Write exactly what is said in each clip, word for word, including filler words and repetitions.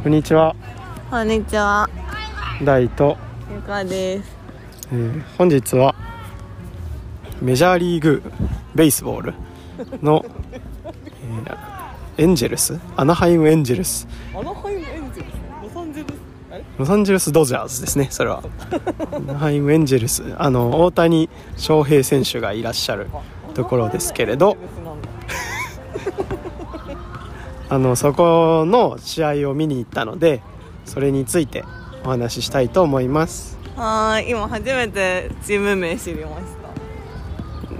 こんにちは。 こんにちは。 大とゆかです、 えー、本日はメジャーリーグベースボールの、えー、エンジェルスアナハイムエンジェルスアナハイムエンジェルスロサンゼルスあれロサンゼルスドジャースですね。それはアナハイムエンジェルス、あの大谷翔平選手がいらっしゃるところですけれど、あのそこの試合を見に行ったので、それについてお話ししたいと思います。 はい、今初めてチーム名知りました。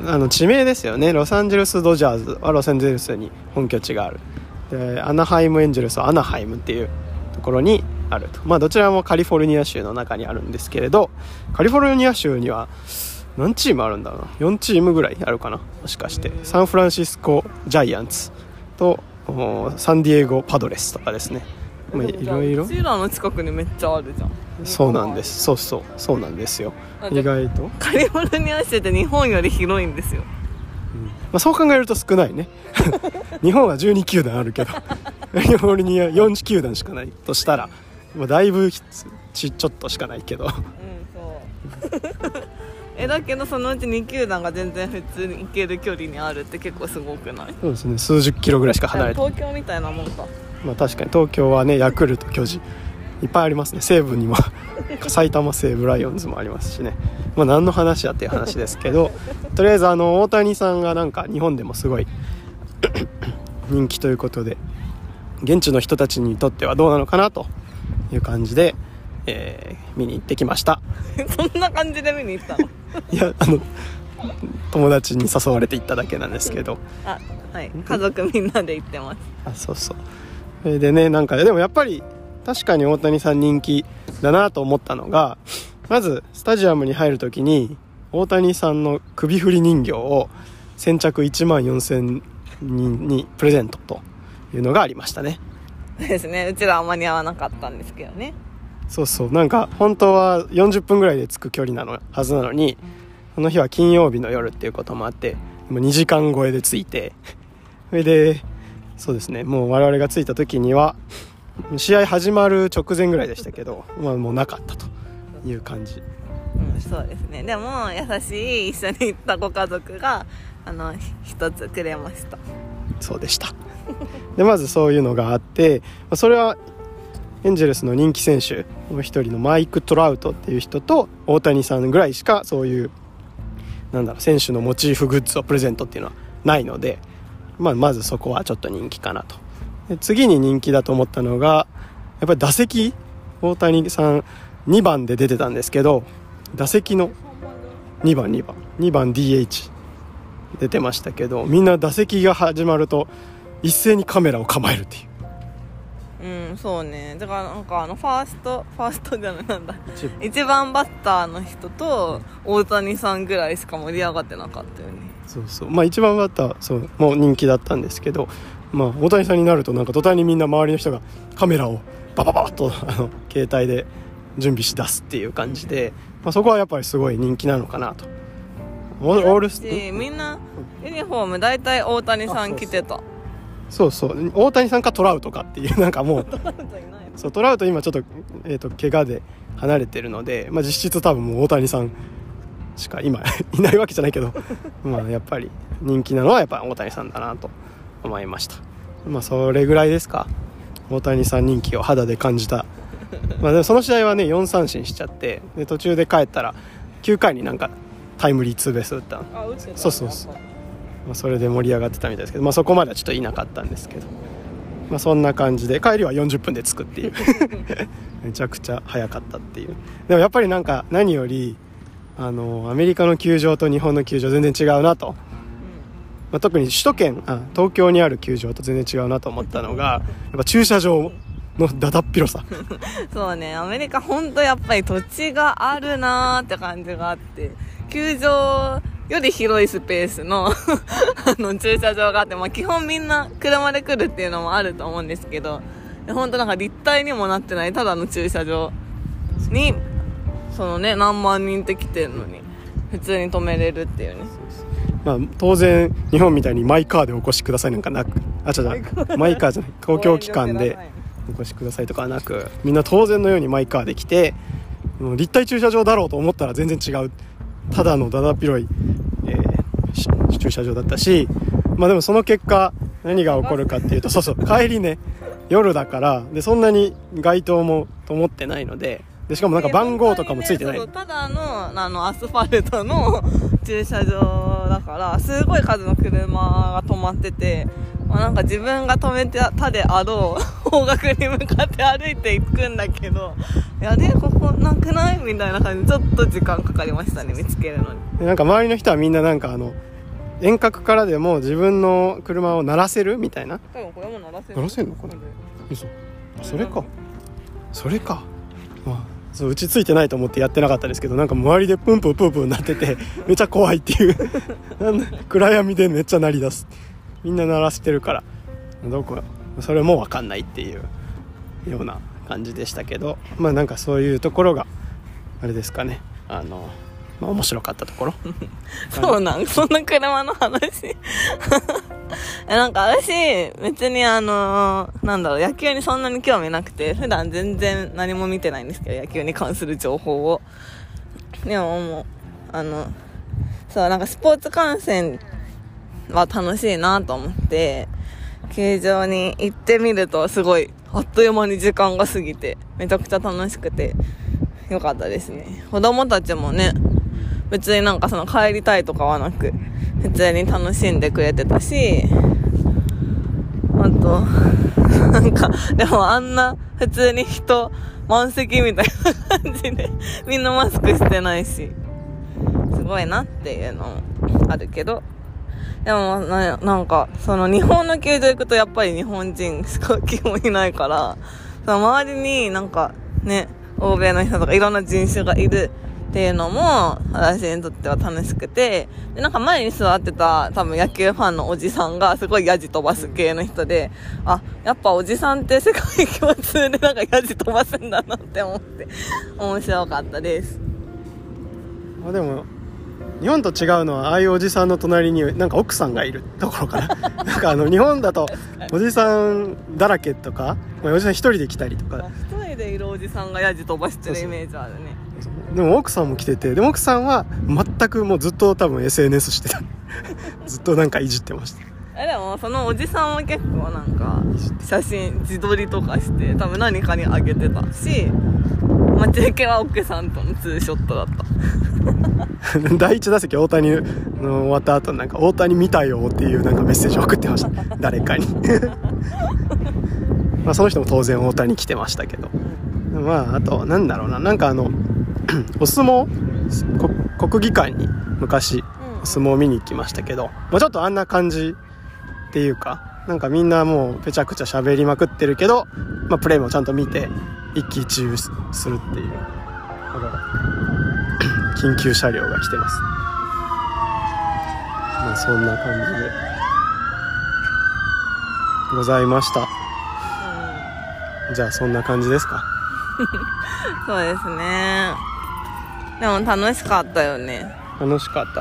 あの地名ですよね。ロサンゼルスドジャーズはロサンゼルスに本拠地がある。でアナハイムエンジェルスはアナハイムっていうところにあると。まあどちらもカリフォルニア州の中にあるんですけれど、カリフォルニア州には何チームあるんだろうな、よんチームぐらいあるかな、もしかして。サンフランシスコジャイアンツとサンディエゴパドレスとかですね。まあ、いろいろうちらの近くにめっちゃあるじゃん。 そうなんです。そうそうそうなんですよ。意外とカリフォルニア州って日本より広いんですよ、 うんまあ、そう考えると少ないね日本はじゅうに球団あるけどカリフォルニアよん球団しかないとしたら、まあ、だいぶち, ちょっとしかないけど、うん、 そうえだけどそのうちに球団が全然普通に行ける距離にあるって結構すごくない？ そうですね。数十キロぐらいしか離れて、 東京みたいなもんか。 まあ確かに東京はね、ヤクルト、巨人いっぱいありますね。西武にも埼玉西武ライオンズもありますしね。まあ何の話やっていう話ですけどとりあえずあの大谷さんがなんか日本でもすごい人気ということで、現地の人たちにとってはどうなのかなという感じで、えー、見に行ってきましたそんな感じで見に行ったの？ いや、あの友達に誘われて行っただけなんですけどあ、はい、家族みんなで行ってます。 あ、そうそう。それでね、なんかでもやっぱり確かに大谷さん人気だなと思ったのが、まずスタジアムに入るときに大谷さんの首振り人形を先着いちまんよんせんにんにプレゼントというのがありましたね。 ですね。うちらは間に合わなかったんですけどね。 そうそう。なんか本当はよんじゅっぷんぐらいで着く距離なのはずなのに、この日は金曜日の夜っていうこともあってもうにじかん超えで着いて、それでそうですね、もう我々が着いた時には試合始まる直前ぐらいでしたけど、まあ、もうなかったという感じ、 うん、そうですね。でも優しい一緒に行ったご家族があの一つくれました。 そうでしたでまずそういうのがあって、それはエンジェルスの人気選手の一人のマイク・トラウトっていう人と大谷さんぐらいしかそういうなんだろう、選手のモチーフグッズをプレゼントっていうのはないので、まあ、まずそこはちょっと人気かなと。で次に人気だと思ったのがやっぱり打席、大谷さんにばんで出てたんですけど、打席のにばんにばんにばん ディーエイチ 出てましたけど、みんな打席が始まると一斉にカメラを構えるっていう。 うん、そうね。だからなんかあのファーストファーストじゃないなんだ一番バッターの人と大谷さんぐらいしか盛り上がってなかったよね。 そうそう、まあ一番バッターそうもう人気だったんですけど、まあ大谷さんになるとなんか途端にみんな周りの人がカメラをバババッとあの携帯で準備し出すっていう感じで、まあ、そこはやっぱりすごい人気なのかなと。オールスみんなユニフォーム大体大谷さん着てた。 そうそう大谷さんかトラウトかっていうなんかもうトラウトいないそうトラウト今ちょっと、えー、と怪我で離れてるので、まあ、実質多分もう大谷さんしか今いないわけじゃないけどまあやっぱり人気なのはやっぱ大谷さんだなと思いました。まあそれぐらいですか、大谷さん人気を肌で感じた。まあでもその試合はねよんさんしんしちゃって、で途中で帰ったらきゅうかいになんかタイムリーツーベース打ったの。 あ、打ってた。 そうそうそう、まあ、それで盛り上がってたみたいですけど、まあ、そこまではちょっといなかったんですけど、まあ、そんな感じで帰りはよんじゅっぷんで着くっていうめちゃくちゃ早かったっていう。でもやっぱりなんか何よりあのアメリカの球場と日本の球場全然違うなと、うんまあ、特に首都圏あ東京にある球場と全然違うなと思ったのがやっぱ駐車場のだだっ広さそうね、アメリカ本当やっぱり土地があるなーって感じがあって、球場より広いスペースのあの駐車場があって、まあ、基本みんな車で来るっていうのもあると思うんですけど、本当なんか立体にもなってないただの駐車場にそのね何万人って来てるのに普通に止めれるっていうね。 まあ、当然日本みたいにマイカーでお越しくださいなんかなく、あ、違う違うマイカーじゃない公共機関でお越しくださいとかはなく、みんな当然のようにマイカーで来て、もう立体駐車場だろうと思ったら全然違う、ただのだだっ広い、えー、駐車場だったし、まあでもその結果何が起こるかっていうと、そうそう帰りね夜だからで、そんなに街灯も灯ってないので、でしかもなんか番号とかもついてない、 えーね、ただのあのアスファルトの駐車場だからすごい数の車が止まってて、まあ、なんか自分が止めてたであろう方角に向かって歩いていくんだけど、いやでここなくないみたいな感じでちょっと時間かかりましたね、見つけるのに。 でなんか周りの人はみんななんかあの遠隔からでも自分の車を鳴らせるみたいな。 多分これも鳴らせる。 鳴らせるのこれ。嘘。それか。それか。まあ、そううちついてないと思ってやってなかったですけど、なんか周りでプンプンプンプンなっててめっちゃ怖いっていうなんだ暗闇でめっちゃ鳴り出す。みんな鳴らしてるからどこそれも分かんないっていうような感じでしたけど、まあなんかそういうところがあれですかね、あのまあ、面白かったところそうなんそんな車の話なんか私別にあのなんだろう野球にそんなに興味なくて、普段全然何も見てないんですけど、野球に関する情報を。でももうあのそうなんかスポーツ観戦は楽しいなと思って球場に行ってみると、すごいあっという間に時間が過ぎてめちゃくちゃ楽しくてよかったですね。子供たちもね別になんかその帰りたいとかはなく普通に楽しんでくれてたし、あとなんかでもあんな普通に人満席みたいな感じでみんなマスクしてないしすごいなっていうのもあるけど、でも な, なんかその日本の球場行くとやっぱり日本人しか基本いないから、その周りになんかね欧米の人とかいろんな人種がいるっていうのも私にとっては楽しくて、でなんか前に座ってた多分野球ファンのおじさんがすごいヤジ飛ばす系の人で、あやっぱおじさんって世界共通でなんかヤジ飛ばすんだなって思って面白かったです。 あでも日本と違うのは、ああいうおじさんの隣になんか奥さんがいるところかななんかあの日本だとおじさんだらけとか、おじさん一人で来たりとか、 一人でいるおじさんがヤジ飛ばしてるイメージあるね。 そうそうでも奥さんも来てて、でも奥さんは全くもうずっと多分 エスエヌエス してたずっとなんかいじってました。 えでもそのおじさんは結構なんか写真自撮りとかして多分何かにあげてたし、待ち受けは奥さんとのツーショットだっただいいち打席大谷の終わった後なんか大谷見たよっていうなんかメッセージを送ってました誰かにまあその人も当然大谷来てましたけど、まああとなんだろうな、なんかあのお相撲国技館に昔お相撲を見に行きましたけど、まあ、ちょっとあんな感じっていうか、なんかみんなもうぺちゃくちゃ喋りまくってるけど、まあ、プレーもちゃんと見て一喜一憂するっていう、緊急車両が来てます。まあそんな感じでございました、うん、じゃあそんな感じですかそうですね。でも楽しかったよね。 楽しかった、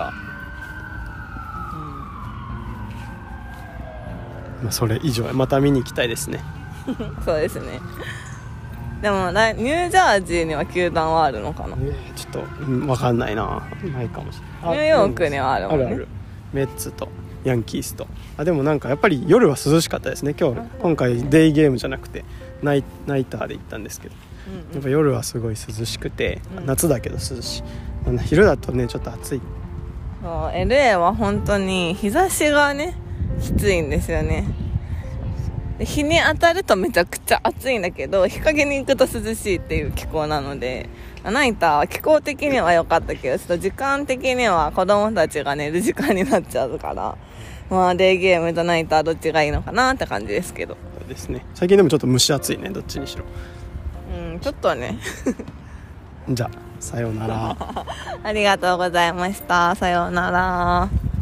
うん、まあ、それ以上また見に行きたいですねそうですね。でもニュージャージーには球団はあるのかな、 えー、ちょっと、うん、分かんないな、ないかもしれない。 ニューヨークにはあるもんね。 あるある、メッツとヤンキースと。あでもなんかやっぱり夜は涼しかったですね。今日今回デイゲームじゃなくてナイ、ナイターで行ったんですけど、うんうん、やっぱ夜はすごい涼しくて、うん、夏だけど涼しい。昼だとねちょっと暑い。 そう エルエー は本当に日差しがねきついんですよね。日に当たるとめちゃくちゃ暑いんだけど、日陰に行くと涼しいっていう気候なので、ナイターは気候的には良かったけど、ちょっと時間的には子供たちが寝る時間になっちゃうから、まあデイゲームとナイターどっちがいいのかなって感じですけど。 そうですね。最近でもちょっと蒸し暑いね、どっちにしろ。 うん、ちょっとねじゃあさようならありがとうございました。さようなら。